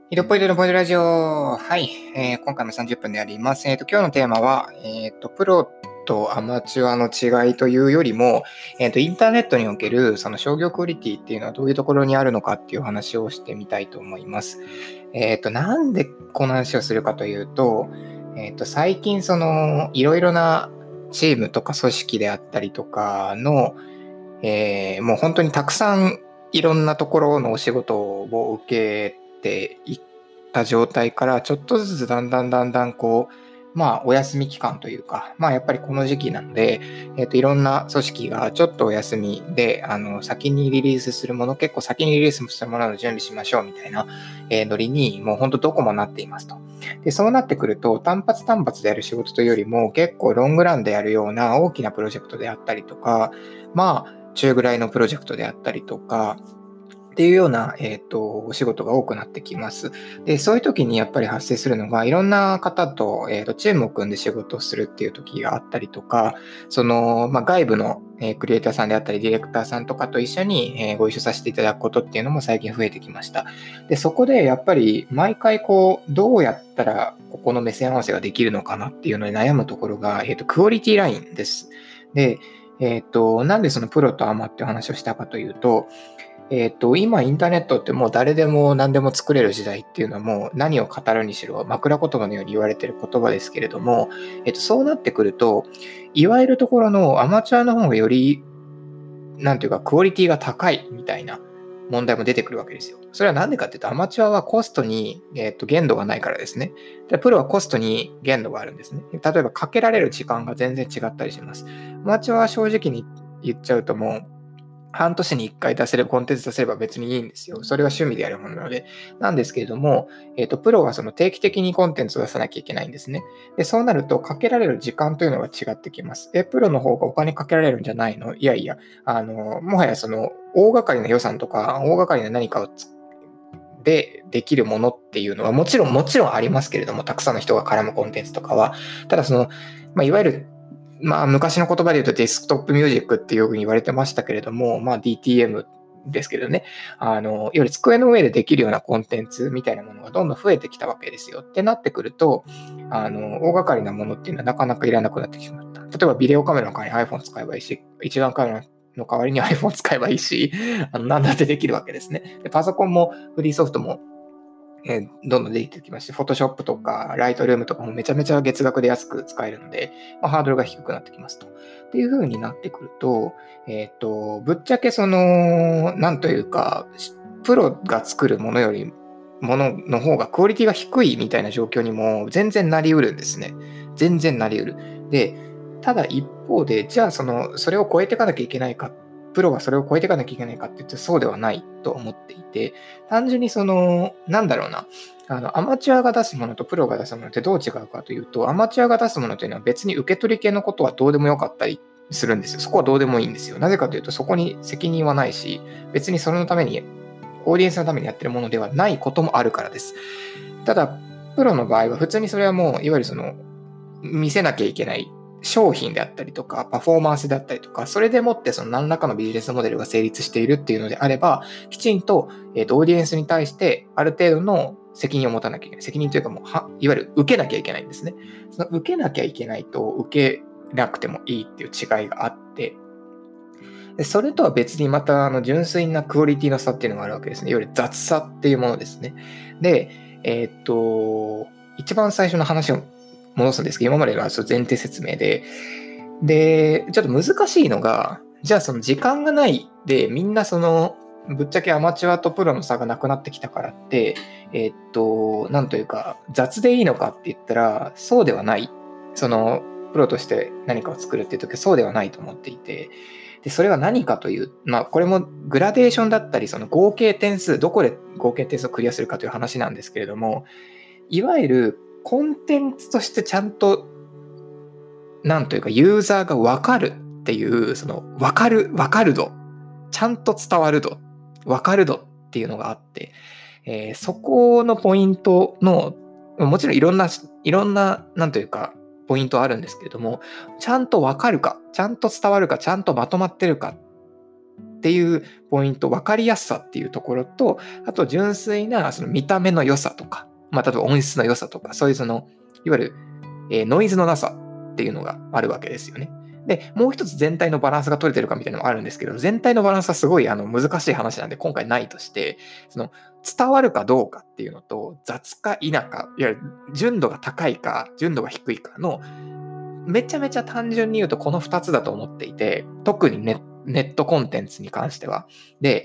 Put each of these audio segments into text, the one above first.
ヒドポイドのポイドラジオ。はい、今回も30分でやります。今日のテーマは、プロとアマチュアの違いというよりも、インターネットにおけるその商業クオリティっていうのはどういうところにあるのかっていう話をしてみたいと思います。なんでこの話をするかというと、最近いろいろなチームとか組織であったりとかの、もう本当にたくさんいろんなところのお仕事を受けていった状態からちょっとずつだんだんお休み期間というか、やっぱりこの時期なので、いろんな組織がちょっとお休みで、先にリリースするもの、結構先にリリースするものの準備しましょうみたいな、ノリにもう本当どこもなっていますと。で、そうなってくると単発でやる仕事というよりも結構ロングランでやるような大きなプロジェクトであったりとか、中ぐらいのプロジェクトであったりとか、っていうような、お仕事が多くなってきます。で、そういう時にやっぱり発生するのが、いろんな方と、チームを組んで仕事をするっていう時があったりとか、外部の、クリエイターさんであったり、ディレクターさんとかと一緒に、ご一緒させていただくことっていうのも最近増えてきました。で、そこでやっぱり毎回どうやったらここの目線合わせができるのかなっていうのに悩むところが、クオリティラインです。で、なんでそのプロとアマっていう話をしたかというと、今インターネットってもう誰でも何でも作れる時代っていうのはもう何を語るにしろ枕言葉のように言われている言葉ですけれども、そうなってくると、いわゆるところのアマチュアの方がより、なんていうかクオリティが高いみたいな問題も出てくるわけですよ。それはなんでかっていうと、アマチュアはコストに、限度がないからですね。でプロはコストに限度があるんですね。例えばかけられる時間が全然違ったりします。アマチュアは正直に言っちゃうともう、半年に1回出せれば、コンテンツ出せれば別にいいんですよ。それは趣味でやるものなので。なんですけれども、プロはその定期的にコンテンツを出さなきゃいけないんですね。で、そうなると、かけられる時間というのが違ってきます。プロの方がお金かけられるんじゃないの？いやいや、もはや大掛かりな予算とか、大掛かりな何かできるものっていうのはもちろんありますけれども、たくさんの人が絡むコンテンツとかは。ただいわゆる昔の言葉で言うとデスクトップミュージックっていうふうに言われてましたけれども、DTM ですけどね、いわゆる机の上でできるようなコンテンツみたいなものがどんどん増えてきたわけですよ。ってなってくると、大掛かりなものっていうのはなかなかいらなくなってしまった。例えばビデオカメラの代わりに iPhone 使えばいいし、一眼カメラの代わりに iPhone 使えばいいし、何だってできるわけですね。でパソコンもフリーソフトもどんどん出てきまして、Photoshop とか Lightroom とかもめちゃめちゃ月額で安く使えるので、ハードルが低くなってきますと。っていう風になってくると、ぶっちゃけなんというか、プロが作るものよりものの方がクオリティが低いみたいな状況にも全然なりうるんですね。全然なりうる。で、ただ一方で、じゃあそれを超えていかなきゃいけないか、プロがそれを超えていかなきゃいけないかって言ってそうではないと思っていて、単純になんだろうな、アマチュアが出すものとプロが出すものってどう違うかというと、アマチュアが出すものというのは別に受け取り系のことはどうでもよかったりするんですよ。そこはどうでもいいんですよ。なぜかというと、そこに責任はないし、別にそれのために、オーディエンスのためにやってるものではないこともあるからです。ただ、プロの場合は普通にそれはもう、いわゆる見せなきゃいけない商品であったりとか、パフォーマンスであったりとか、それでもって何らかのビジネスモデルが成立しているっていうのであれば、きちんと、オーディエンスに対してある程度の責任を持たなきゃいけない。責任というかいわゆる受けなきゃいけないんですね。受けなきゃいけないと受けなくてもいいっていう違いがあって、でそれとは別にまた純粋なクオリティの差っていうのがあるわけですね。いわゆる雑さっていうものですね。で、一番最初の話を戻すんですけど、今までのは前提説明で、ちょっと難しいのが、じゃあ時間がないで、みんなぶっちゃけアマチュアとプロの差がなくなってきたからって、なんというか、雑でいいのかって言ったら、そうではない。プロとして何かを作るっていう時はそうではないと思っていて、で、それは何かという、これもグラデーションだったり、合計点数、どこで合計点数をクリアするかという話なんですけれども、いわゆるコンテンツとしてちゃんとなんというかユーザーが分かるっていう分かる度、ちゃんと伝わる度、分かる度っていうのがあって、そこのポイントのもちろんいろんななんというかポイントあるんですけれども、ちゃんと分かるか、ちゃんと伝わるか、ちゃんとまとまってるかっていうポイント、分かりやすさっていうところと、あと純粋なその見た目の良さとか、例えば音質の良さとか、そういういわゆる、ノイズのなさっていうのがあるわけですよね。で、もう一つ全体のバランスが取れてるかみたいなのもあるんですけど、全体のバランスはすごい難しい話なんで、今回ないとして、伝わるかどうかっていうのと、雑か否か、いわゆる純度が高いか、純度が低いかの、めちゃめちゃ単純に言うとこの2つだと思っていて、特にネットコンテンツに関しては。で、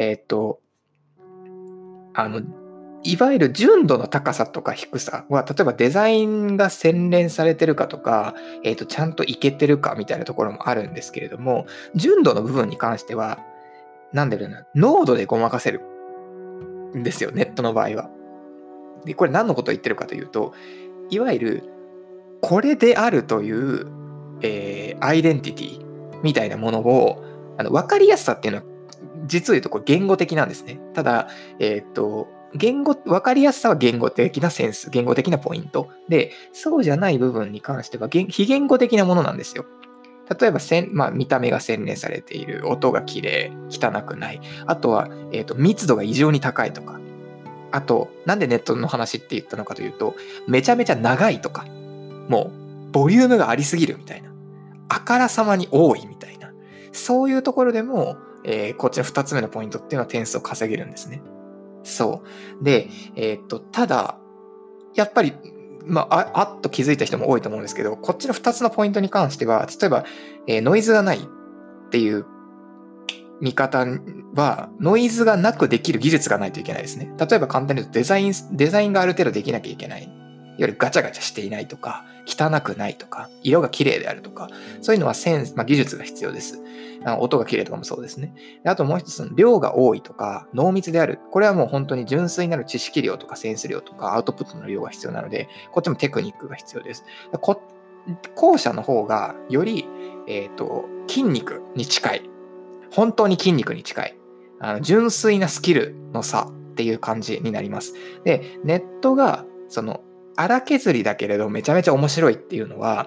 いわゆる純度の高さとか低さは、例えばデザインが洗練されてるかとか、ちゃんといけてるかみたいなところもあるんですけれども、純度の部分に関しては、濃度でごまかせるんですよ、ネットの場合は。で、これ何のことを言ってるかというと、いわゆる、これであるという、アイデンティティみたいなものを、分かりやすさっていうのは、実を言うとこれ言語的なんですね。ただ、分かりやすさは言語的なセンス、言語的なポイント。で、そうじゃない部分に関しては、非言語的なものなんですよ。例えば見た目が洗練されている、音が綺麗、汚くない。あとは、密度が異常に高いとか。あと、なんでネットの話って言ったのかというと、めちゃめちゃ長いとか。もうボリュームがありすぎるみたいな、あからさまに多いみたいな、そういうところでも、こっちの2つ目のポイントっていうのは点数を稼げるんですね。そうで、ただやっぱりあっと気づいた人も多いと思うんですけど、こっちの2つのポイントに関しては、例えば、ノイズがないっていう見方は、ノイズがなくできる技術がないといけないですね。例えば簡単に言うとデザインがある程度できなきゃいけない。いわゆるガチャガチャしていないとか、汚くないとか、色が綺麗であるとか、そういうのは技術が必要です。音が綺麗とかもそうですね。あともう一つ、量が多いとか、濃密である。これはもう本当に純粋なる知識量とかセンス量とかアウトプットの量が必要なので、こっちもテクニックが必要です。後者の方がより、筋肉に近い。本当に筋肉に近い。純粋なスキルの差っていう感じになります。で、ネットが、荒削りだけれどめちゃめちゃ面白いっていうのは、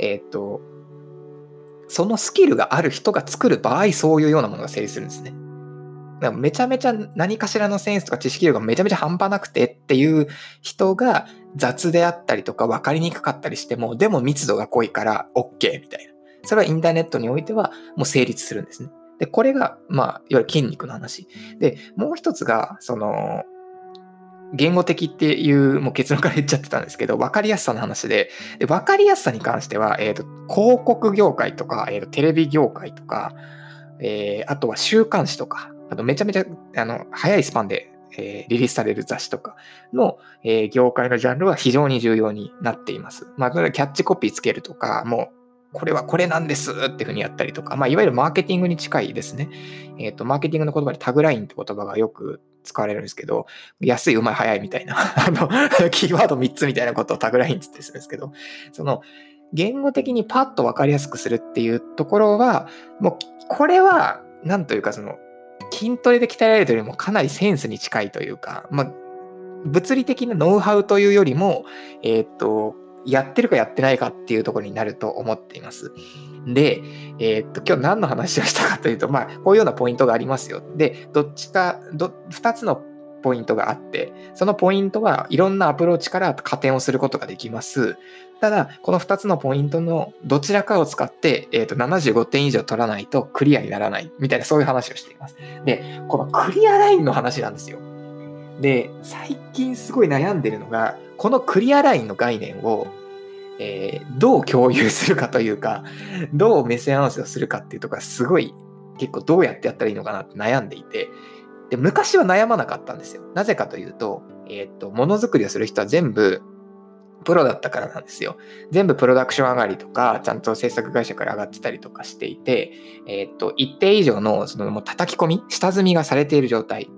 そのスキルがある人が作る場合、そういうようなものが成立するんですね。だからめちゃめちゃ何かしらのセンスとか知識量がめちゃめちゃ半端なくてっていう人が雑であったりとか分かりにくかったりしても、でも密度が濃いから OK みたいな。それはインターネットにおいてはもう成立するんですね。で、これが、いわゆる筋肉の話。で、もう一つが、言語的っていう、もう結論から言っちゃってたんですけど、分かりやすさの話で、分かりやすさに関しては、広告業界とか、テレビ業界とか、あとは週刊誌とか、あとめちゃめちゃ早いスパンで、リリースされる雑誌とかの、業界のジャンルは非常に重要になっています。キャッチコピーつけるとか、もうこれはこれなんですっていうふうにやったりとか、いわゆるマーケティングに近いですね。マーケティングの言葉でタグラインって言葉がよく使われるんですけど、安い、うまい、早いみたいなキーワード3つみたいなことをタグラインって言ってるんですけど、言語的にパッと分かりやすくするっていうところは、もうこれはなんというか筋トレで鍛えられるというよりもかなりセンスに近いというか、物理的なノウハウというよりも、やってるかやってないかっていうところになると思っています。で、今日何の話をしたかというと、こういうようなポイントがありますよ。で、2つのポイントがあって、そのポイントはいろんなアプローチから加点をすることができます。ただ、この2つのポイントのどちらかを使って、75点以上取らないとクリアにならないみたいな、そういう話をしています。で、このクリアラインの話なんですよ。で、最近すごい悩んでるのが、このクリアラインの概念を、どう共有するかというか、どう目線合わせをするかっていうところがすごい結構どうやってやったらいいのかなって悩んでいて、で昔は悩まなかったんですよ。なぜかというと、ものづくりをする人は全部プロだったからなんですよ。全部プロダクション上がりとか、ちゃんと制作会社から上がってたりとかしていて、一定以上のもう叩き込み、下積みがされている状態。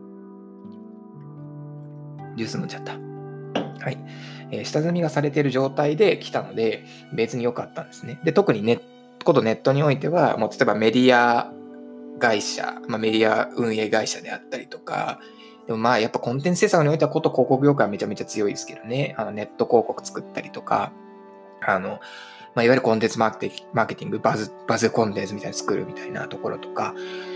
ジュース飲んじゃった。はい。下積みがされている状態で来たので、別に良かったんですね。で、特にネットにおいては、もう例えばメディア会社、メディア運営会社であったりとか、でもやっぱコンテンツ制作においては広告業界はめちゃめちゃ強いですけどね。ネット広告作ったりとか、いわゆるコンテンツマーケティング、バズコンテンツみたいな作るみたいなところとか、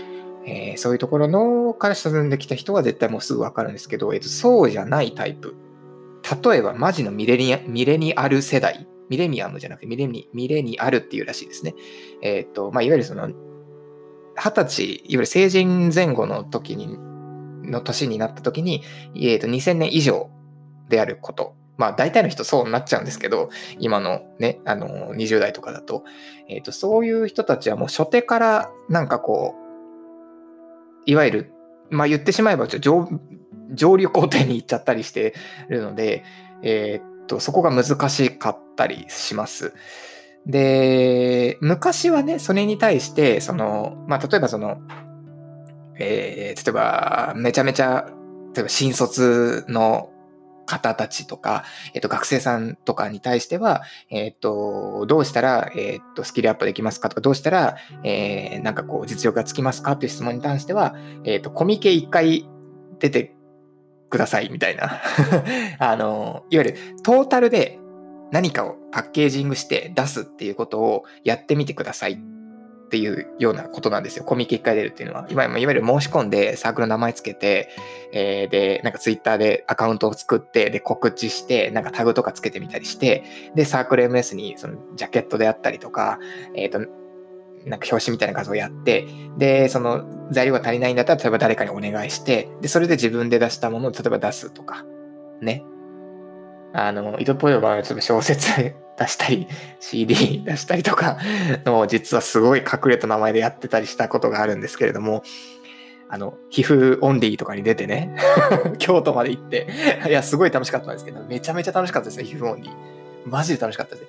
そういうところのから進んできた人は絶対もうすぐわかるんですけど、そうじゃないタイプ。例えば、マジのミレニアル世代。ミレニアムじゃなくてミレニアルっていうらしいですね。いわゆるその、20歳、いわゆる成人前後の年になった時に、2000年以上であること。大体の人そうなっちゃうんですけど、今のね、20代とかだと、そういう人たちはもう初手からなんかこう、いわゆる、言ってしまえば上流工程に行っちゃったりしてるので、そこが難しかったりします。で、昔はね、それに対して、例えば例えば、めちゃめちゃ、例えば新卒の方たちとか、学生さんとかに対しては、どうしたら、スキルアップできますかとか、どうしたら、なんかこう、実力がつきますかっていう質問に関しては、コミケ1回出てくださいみたいな。いわゆるトータルで何かをパッケージングして出すっていうことをやってみてくださいっていうようなことなんですよ。コミケ1回出るっていうのは。いわゆる申し込んでサークルの名前つけて、で、なんかツイッターでアカウントを作って、で、告知して、なんかタグとかつけてみたりして、で、サークル MS にそのジャケットであったりとか、なんか表紙みたいな画像をやって、で、その材料が足りないんだったら、例えば誰かにお願いして、で、それで自分で出したものを例えば出すとか、ね。伊藤ポヨは小説出したり、CD 出したりとかの、実はすごい隠れた名前でやってたりしたことがあるんですけれども、皮膚オンリーとかに出てね、京都まで行って、いや、すごい楽しかったんですけど、めちゃめちゃ楽しかったですね、皮膚オンリー。マジで楽しかったです。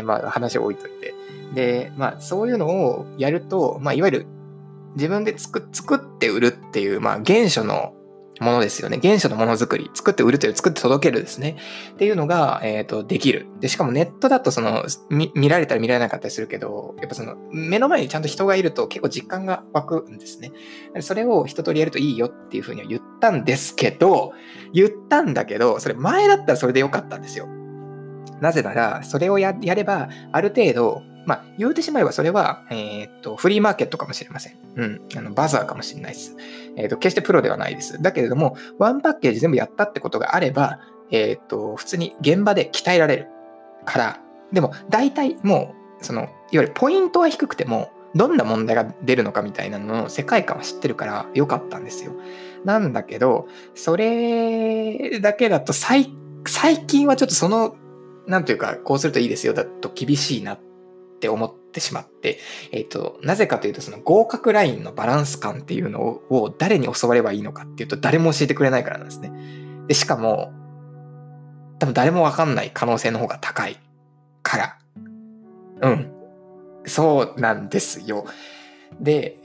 話を置いといて。で、そういうのをやると、いわゆる自分で作って売るっていう、原初のものですよね。原初のものづくり。作って売るという作って届けるですね。っていうのが、できる。で、しかもネットだと見られたり見られなかったりするけど、やっぱ目の前にちゃんと人がいると結構実感が湧くんですね。それを一通りやるといいよっていうふうには言ったんだけど、それ前だったらそれでよかったんですよ。なぜなら、それをやれば、ある程度、言うてしまえばそれは、フリーマーケットかもしれません。バザーかもしれないです。決してプロではないです。だけれども、ワンパッケージ全部やったってことがあれば、普通に現場で鍛えられるから、でも、大体もう、いわゆるポイントは低くても、どんな問題が出るのかみたいなのの世界観は知ってるから良かったんですよ。なんだけど、それだけだと最近はちょっとなんというか、こうするといいですよだと厳しいなって思ってしまって、なぜかというと、その合格ラインのバランス感っていうのを誰に教わればいいのかっていうと、誰も教えてくれないからなんですね。で、しかも、多分誰もわかんない可能性の方が高いから。うん。そうなんですよ。で、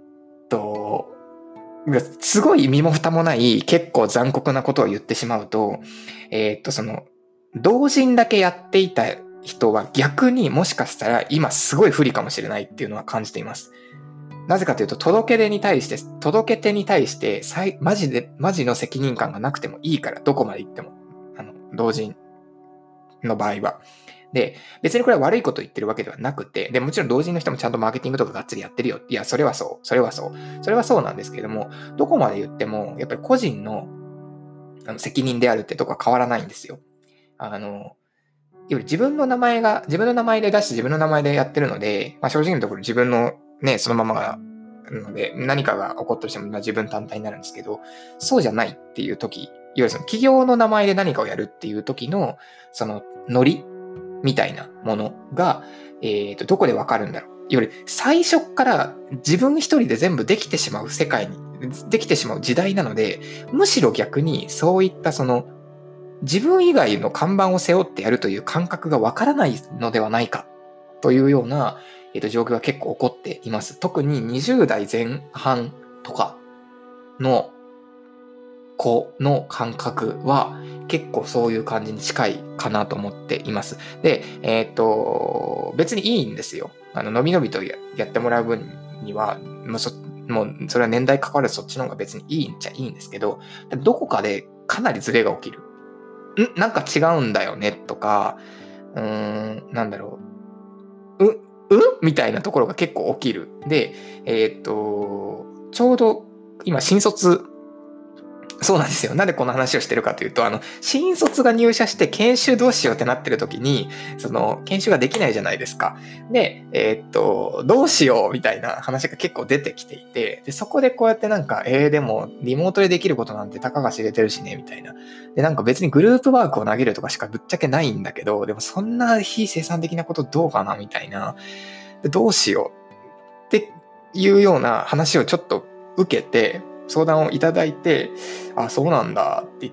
すごい身も蓋もない結構残酷なことを言ってしまうと、同人だけやっていた人は逆にもしかしたら今すごい不利かもしれないっていうのは感じています。なぜかというと、届け手に対して、マジの責任感がなくてもいいから、どこまで行っても。同人の場合は。で、別にこれは悪いこと言ってるわけではなくて、で、もちろん同人の人もちゃんとマーケティングとかがっつりやってるよ。いや、それはそう。それはそうなんですけれども、どこまで言っても、やっぱり個人の責任であるってとこは変わらないんですよ。自分の名前で出して自分の名前でやってるので、正直なところ自分のね、そのままが、ので、何かが起こったとしても自分単体になるんですけど、そうじゃないっていう時、いわゆる企業の名前で何かをやるっていう時の、ノリみたいなものが、どこでわかるんだろう。いわゆる最初から自分一人で全部できてしまうできてしまう時代なので、むしろ逆にそういった自分以外の看板を背負ってやるという感覚がわからないのではないかというような、状況が結構起こっています。特に20代前半とかの子の感覚は結構そういう感じに近いかなと思っています。で、別にいいんですよ。のびのびとやってもらう分には、もうそれは年代関わるそっちの方が別にいいんちゃいいんですけど、どこかでかなりズレが起きる。なんか違うんだよねとか、なんだろう。みたいなところが結構起きる。で、ちょちょうど今新卒、そうなんですよ。なんでこの話をしてるかというと、新卒が入社して研修どうしようってなってる時に、研修ができないじゃないですか。で、どうしようみたいな話が結構出てきていて、で、そこでこうやってでも、リモートでできることなんてたかが知れてるしね、みたいな。で、別にグループワークを投げるとかしかぶっちゃけないんだけど、でもそんな非生産的なことどうかな、みたいな。で、どうしようっていうような話をちょっと受けて、相談をいただいて、あ、そうなんだって言って、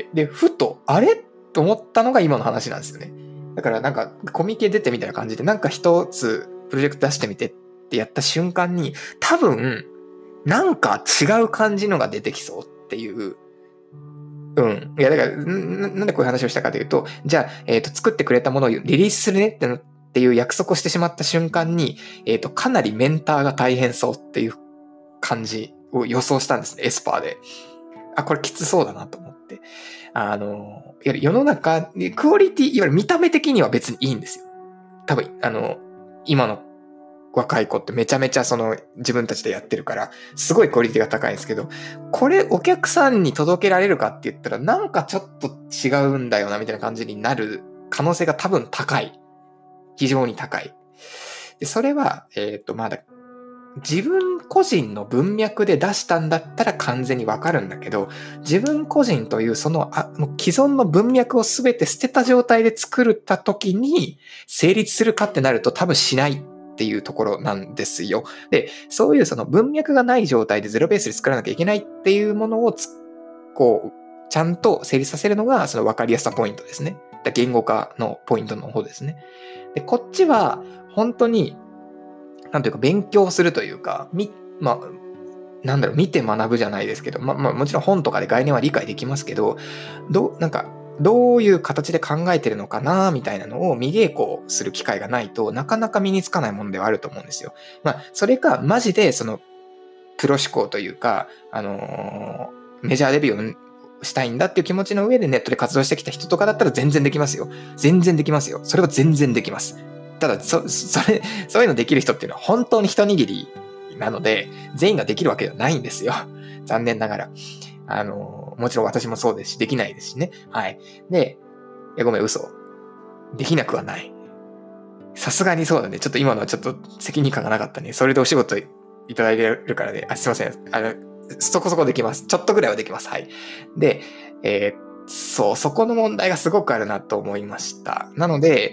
で、ふと、あれと思ったのが今の話なんですよね。だからコミケ出てみたいな感じで、一つプロジェクト出してみてってやった瞬間に、多分、違う感じのが出てきそうっていう。いや、だから、なんでこういう話をしたかというと、じゃあ、作ってくれたものをリリースするねっていう約束をしてしまった瞬間に、かなりメンターが大変そうっていう感じを予想したんですね、エスパーで。あ、これきつそうだなと思って。いわゆる世の中、クオリティ、いわゆる見た目的には別にいいんですよ。多分、今の若い子ってめちゃめちゃ自分たちでやってるから、すごいクオリティが高いんですけど、これお客さんに届けられるかって言ったら、ちょっと違うんだよな、みたいな感じになる可能性が多分高い。非常に高い。で、それは、まだ、自分個人の文脈で出したんだったら完全にわかるんだけど、自分個人というもう既存の文脈をすべて捨てた状態で作った時に成立するかってなると多分しないっていうところなんですよ。で、そういう文脈がない状態でゼロベースで作らなきゃいけないっていうものをちゃんと成立させるのが分かりやすさポイントですね。言語化のポイントの方ですね。で、こっちは本当になんというか勉強するというか、見て学ぶじゃないですけど、もちろん本とかで概念は理解できますけど、どういう形で考えてるのかなみたいなのを見稽古する機会がないとなかなか身につかないものではあると思うんですよ。それかマジでプロ思考というか、メジャーデビューをしたいんだっていう気持ちの上でネットで活動してきた人とかだったら全然できますよ。全然できますよ。それは全然できます。ただ、そういうのできる人っていうのは本当に一握りなので、全員ができるわけではないんですよ。残念ながら。もちろん私もそうですし、できないですしね。はい。で、ごめん、嘘。できなくはない。さすがにそうだね。ちょっと今のはちょっと責任感がなかったね。それでお仕事いただいてるからで、すいません。そこそこできます。ちょっとぐらいはできます。はい。で、そこの問題がすごくあるなと思いました。なので、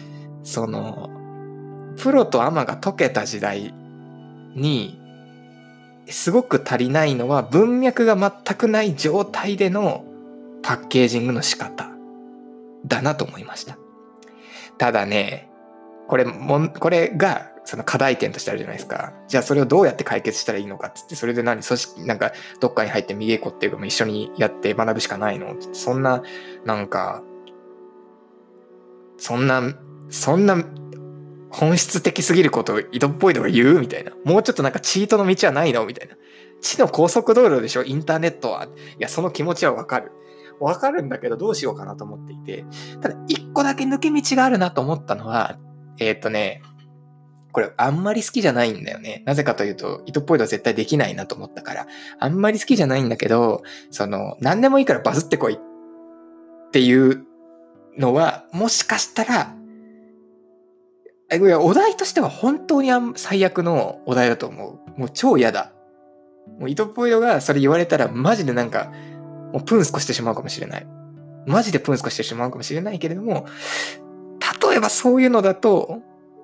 プロとアマが解けた時代に、すごく足りないのは文脈が全くない状態でのパッケージングの仕方だなと思いました。ただね、これが課題点としてあるじゃないですか。じゃあそれをどうやって解決したらいいのかっつって、それで組織、どっかに入って見稽古っていうかも一緒にやって学ぶしかないのって、そんな本質的すぎることを井戸っぽいのが言うみたいな。もうちょっとチートの道はないのみたいな。地の高速道路でしょインターネットは。いや、その気持ちはわかる。わかるんだけどどうしようかなと思っていて。ただ、一個だけ抜け道があるなと思ったのは、これあんまり好きじゃないんだよね。なぜかというと、井戸っぽいのは絶対できないなと思ったから。あんまり好きじゃないんだけど、何でもいいからバズってこいっていうのは、もしかしたら、お題としては本当に最悪のお題だと思う。もう超嫌だ。もうイトポイドがそれ言われたらマジでもうプンスコしてしまうかもしれない。マジでプンスコしてしまうかもしれないけれども、例えばそういうのだと、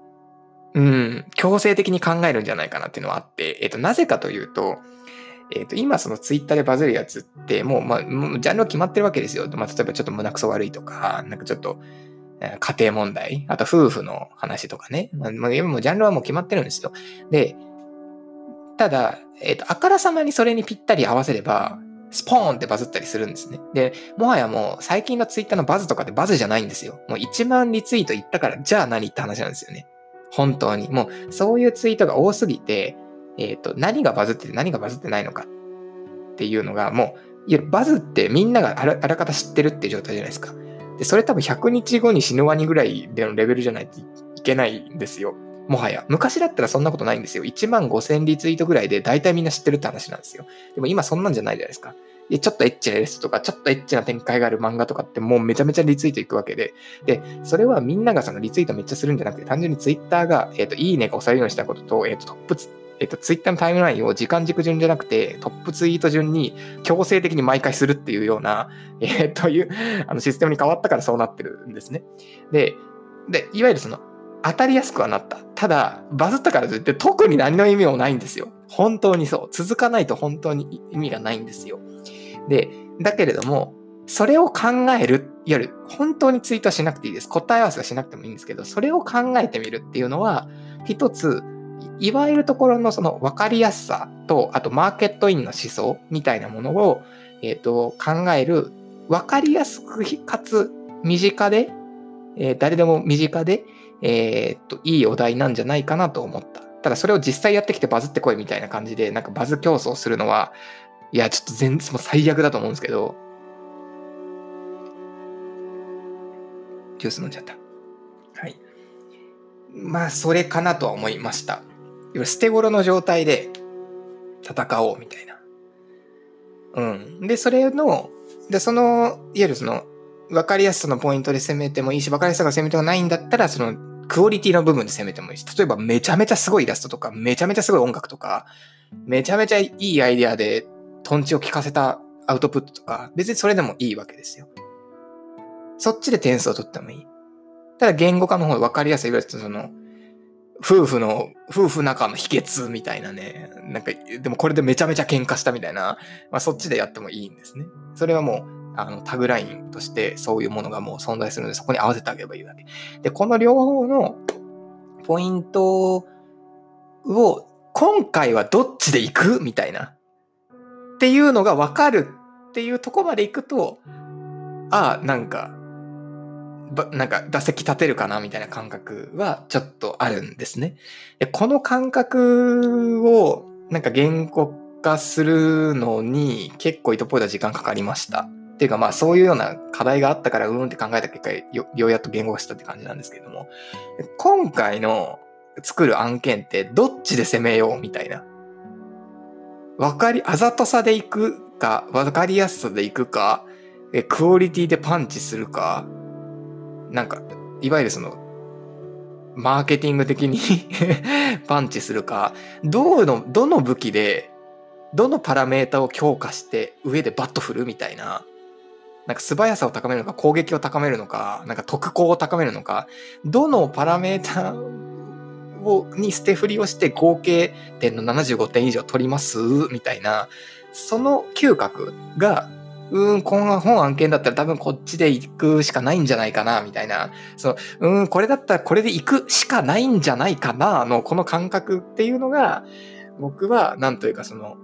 強制的に考えるんじゃないかなっていうのはあって、なぜかというと、今ツイッターでバズるやつって、もうジャンルは決まってるわけですよ。例えばちょっと胸くそ悪いとか、ちょっと、家庭問題、あと夫婦の話とかね。もうジャンルはもう決まってるんですよ。で、ただ、あからさまにそれにぴったり合わせれば、スポーンってバズったりするんですね。で、もはやもう最近のツイッターのバズとかってバズじゃないんですよ。もう1万リツイートいったから、じゃあ何って話なんですよね。本当に。もうそういうツイートが多すぎて、何がバズってて何がバズってないのかっていうのが、もう、いや、バズってみんながあらかた知ってるっていう状態じゃないですか。で、それ多分100日後に死ぬワニぐらいでのレベルじゃないといけないんですよ。 もはや。昔だったらそんなことないんですよ。1万5000リツイートぐらいで大体みんな知ってるって話なんですよ。でも今そんなんじゃないじゃないですか。で、ちょっとエッチなレストとか、ちょっとエッチな展開がある漫画とかってもうめちゃめちゃリツイートいくわけで。で、それはみんながそのリツイートめっちゃするんじゃなくて、単純にツイッターが、いいねが押されるようにしたことと、トップツイッターのタイムラインを時間軸順じゃなくて、トップツイート順に強制的に毎回するっていうような、システムに変わったからそうなってるんですね。で、いわゆるその、当たりやすくはなった。ただ、バズったからといって特に何の意味もないんですよ。本当にそう。続かないと本当に意味がないんですよ。で、だけれども、それを考える、いわゆる本当にツイートはしなくていいです。答え合わせはしなくてもいいんですけど、それを考えてみるっていうのは、一つ、いわゆるところのその分かりやすさと、あとマーケットインの思想みたいなものを、考える、分かりやすくかつ身近で、誰でも身近で、いいお題なんじゃないかなと思った。ただそれを実際やってきてバズってこいみたいな感じで、なんかバズ競争するのは、いや、ちょっと全然もう最悪だと思うんですけど、ジュース飲んじゃった。はい。まあ、それかなとは思いました。捨て頃の状態で戦おうみたいな。うん。で、それの、その、いわゆるその、分かりやすさのポイントで攻めてもいいし、分かりやすさが攻めてもないんだったら、その、クオリティの部分で攻めてもいいし、例えばめちゃめちゃすごいイラストとか、めちゃめちゃすごい音楽とか、めちゃめちゃいいアイデアで、トンチを効かせたアウトプットとか、別にそれでもいいわけですよ。そっちで点数を取ってもいい。ただ言語化の方で分かりやすい、いわゆるその、夫婦仲の秘訣みたいなね。なんか、でもこれでめちゃめちゃ喧嘩したみたいな、まあそっちでやってもいいんですね。それはもう、タグラインとしてそういうものがもう存在するので、そこに合わせてあげればいいだけ。で、この両方のポイントを、今回はどっちで行くみたいな。っていうのが分かるっていうとこまで行くと、なんか打席立てるかなみたいな感覚はちょっとあるんですね。でこの感覚をなんか言語化するのに結構糸っぽい時間かかりました。っていうかまあそういうような課題があったからって考えた結果ようやっと言語化したって感じなんですけれども、今回の作る案件ってどっちで攻めようみたいな。あざとさでいくか、わかりやすさでいくか、クオリティでパンチするか、なんか、いわゆるその、マーケティング的にパンチするか、どの武器で、どのパラメータを強化して上でバット振るみたいな、なんか素早さを高めるのか、攻撃を高めるのか、なんか特攻を高めるのか、どのパラメータに捨て振りをして合計点の75点以上取りますみたいな、その嗅覚が、この本案件だったら多分こっちで行くしかないんじゃないかな、みたいな。これだったらこれで行くしかないんじゃないかな、のこの感覚っていうのが、僕はなんというか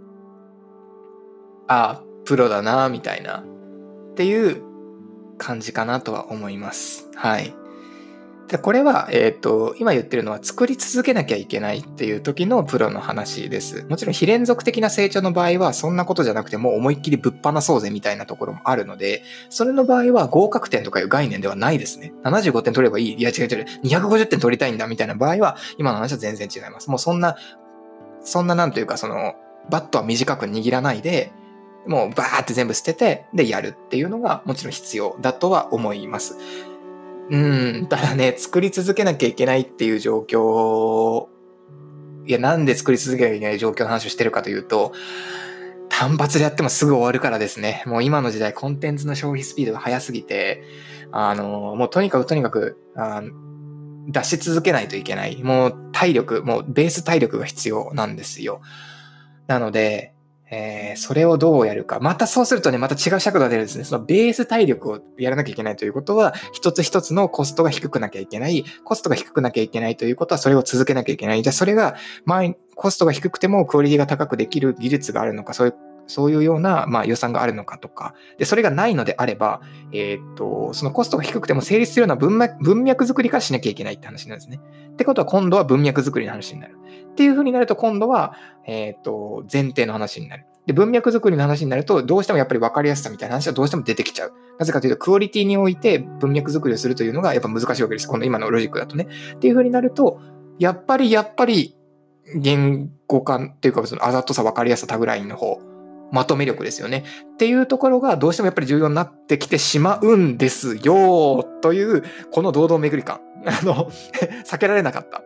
プロだな、みたいな、っていう感じかなとは思います。はい。でこれは、今言ってるのは作り続けなきゃいけないっていう時のプロの話です。もちろん非連続的な成長の場合はそんなことじゃなくてもう思いっきりぶっ放そうぜみたいなところもあるので、それの場合は合格点とかいう概念ではないですね。75点取ればいい。いや違う。250点取りたいんだみたいな場合は今の話は全然違います。もうそんななんというかバットは短く握らないで、もうバーって全部捨てて、でやるっていうのがもちろん必要だとは思います。ただね、作り続けなきゃいけないっていう状況、なんで作り続けなきゃいけない状況の話をしてるかというと、単発でやってもすぐ終わるからですね。もう今の時代コンテンツの消費スピードが速すぎて、もうとにかく、出し続けないといけない。もうベース体力が必要なんですよ。なので、それをどうやるか。またそうするとね、また違う尺度が出るんですね。そのベース体力をやらなきゃいけないということは、一つ一つのコストが低くなきゃいけない。コストが低くなきゃいけないということは、それを続けなきゃいけない。じゃあそれが、コストが低くてもクオリティが高くできる技術があるのか、そういうような、予算があるのかとか。で、それがないのであれば、そのコストが低くても成立するような文脈作りからしなきゃいけないって話なんですね。ってことは今度は文脈作りの話になる。っていう風になると今度は、前提の話になる。で、文脈作りの話になると、どうしてもやっぱり分かりやすさみたいな話はどうしても出てきちゃう。なぜかというと、クオリティにおいて文脈作りをするというのがやっぱ難しいわけです。今のロジックだとね。っていう風になると、 やっぱり、言語化っていうか、そのあざとさ、分かりやすさ、タグラインの方、まとめ力ですよね。っていうところがどうしてもやっぱり重要になってきてしまうんですよ、という、この堂々巡り感。避けられなかった。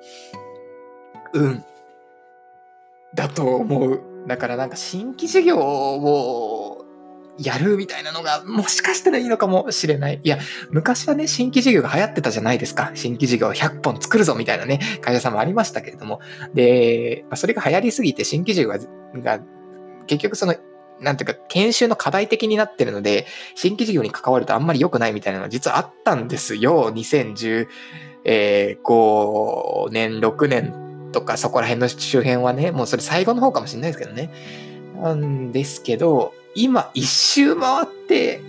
だと思う。だからなんか新規事業をやるみたいなのがもしかしたらいいのかもしれない。いや、昔はね、新規事業が流行ってたじゃないですか。新規事業100本作るぞみたいなね、会社さんもありましたけれども。で、それが流行りすぎて新規事業が結局その、なんていうか、研修の課題的になってるので、新規事業に関わるとあんまり良くないみたいなのが実はあったんですよ。2015年、6年とかそこら辺の周辺はね、もうそれ最後の方かもしれないですけどね。なんですけど、今一周回って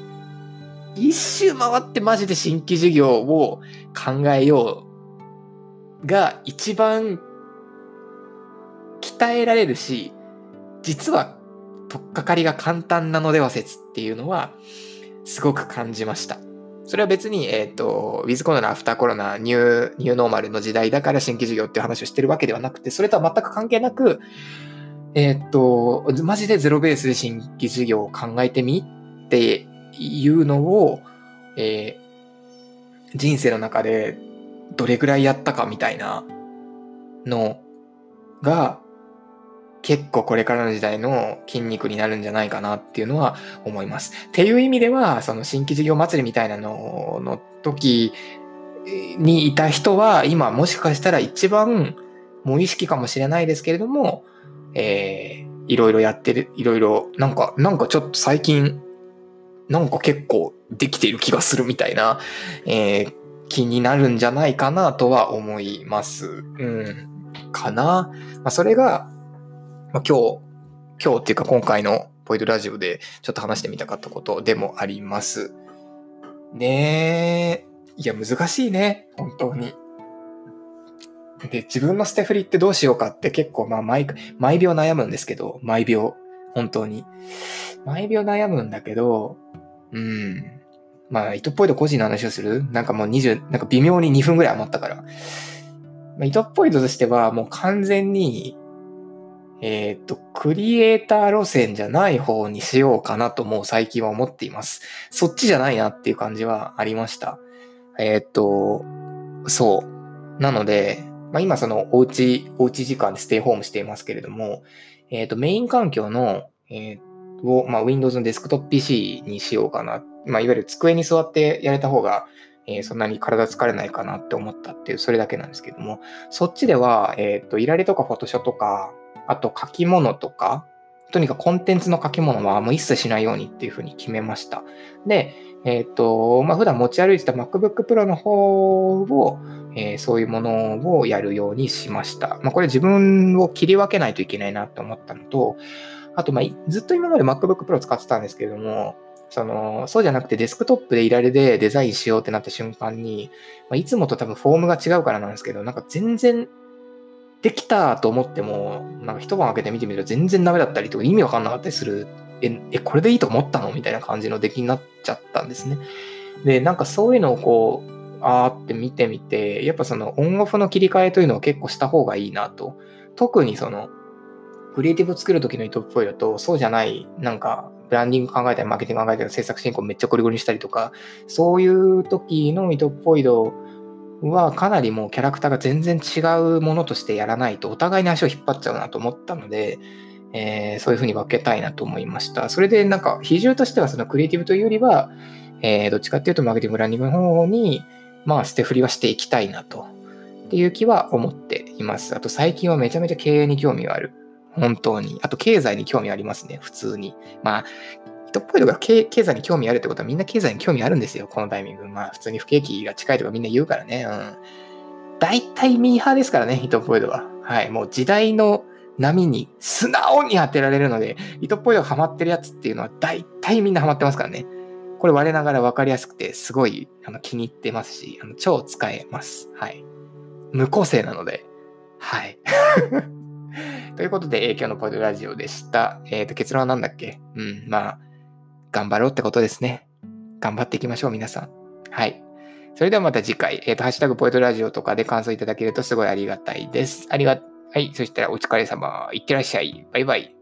マジで新規事業を考えようが一番鍛えられるし、実は取っかかりが簡単なのでは説っていうのはすごく感じました。それは別に、ウィズコロナ、アフターコロナ、ニューノーマルの時代だから新規事業っていう話をしてるわけではなくて、それとは全く関係なく、マジでゼロベースで新規事業を考えてみっていうのを、人生の中でどれぐらいやったかみたいなのが結構これからの時代の筋肉になるんじゃないかなっていうのは思います。っていう意味では、その新規事業祭りみたいなのの時にいた人は今もしかしたら一番無意識かもしれないですけれども、いろいろやってる、いろいろ、なんかちょっと最近、なんか結構できている気がするみたいな、気になるんじゃないかなとは思います。かな。それが、今日っていうか今回のポイドラジオでちょっと話してみたかったことでもあります。ねえ。いや、難しいね。本当に。で、自分の捨て振りってどうしようかって結構毎秒悩むんですけど、毎秒。本当に。毎秒悩むんだけど、糸っぽいと個人の話をするなんかもうなんか微妙に2分ぐらい余ったから。糸っぽいとしてはもう完全に、クリエイター路線じゃない方にしようかなともう最近は思っています。そっちじゃないなっていう感じはありました。そう。なので、今そのおうち時間でステイホームしていますけれども、メイン環境の、Windows のデスクトップ PC にしようかな。いわゆる机に座ってやれた方が、そんなに体疲れないかなって思ったっていう、それだけなんですけども、そっちでは、イラレとかフォトショとか、あと書き物とか、とにかくコンテンツの書き物はもう一切しないようにっていうふうに決めました。で、普段持ち歩いてた MacBook Pro の方を、そういうものをやるようにしました。これ自分を切り分けないといけないなと思ったのと、あと、ずっと今まで MacBook Pro 使ってたんですけれども、そうじゃなくてデスクトップでいられでデザインしようってなった瞬間に、いつもと多分フォームが違うからなんですけど、なんか全然できたと思っても、なんか一晩開けて見てみると全然ダメだったりとか意味わかんなかったりする。これでいいと思ったのみたいな感じの出来になっちゃったんですね。で、なんかそういうのをこう、って見てみて、やっぱそのオンオフの切り替えというのを結構した方がいいなと。特にその、クリエイティブ作る時の糸っぽいだと、そうじゃない、なんか、ブランディング考えたり、マーケティング考えたり、制作進行めっちゃゴリゴリにしたりとか、そういう時の糸っぽい度はかなりもうキャラクターが全然違うものとしてやらないとお互いに足を引っ張っちゃうなと思ったので、そういう風に分けたいなと思いました。それでなんか比重としてはそのクリエイティブというよりは、どっちかっていうとマーケティングブランディングの方に捨て振りはしていきたいなとっていう気は思っています。あと最近はめちゃめちゃ経営に興味がある。本当に。あと経済に興味ありますね、普通に。人っぽいとか経済に興味あるってことはみんな経済に興味あるんですよ、このタイミング。普通に不景気が近いとかみんな言うからね。大体ミーハーですからね、人っぽいとは。はい、もう時代の波に素直に当てられるので、人っぽいとハマってるやつっていうのは大体みんなハマってますからね。これ我ながら分かりやすくて、すごい気に入ってますし、超使えます。はい。無個性なので。はい。ということで、今日のポイントラジオでした。結論は何だっけ？頑張ろうってことですね。頑張っていきましょう、皆さん。はい。 それではまた次回、ハッシュタグポエトラジオとかで感想いただけるとすごいありがたいです。はい、そしたらお疲れ様。いってらっしゃい。バイバイ。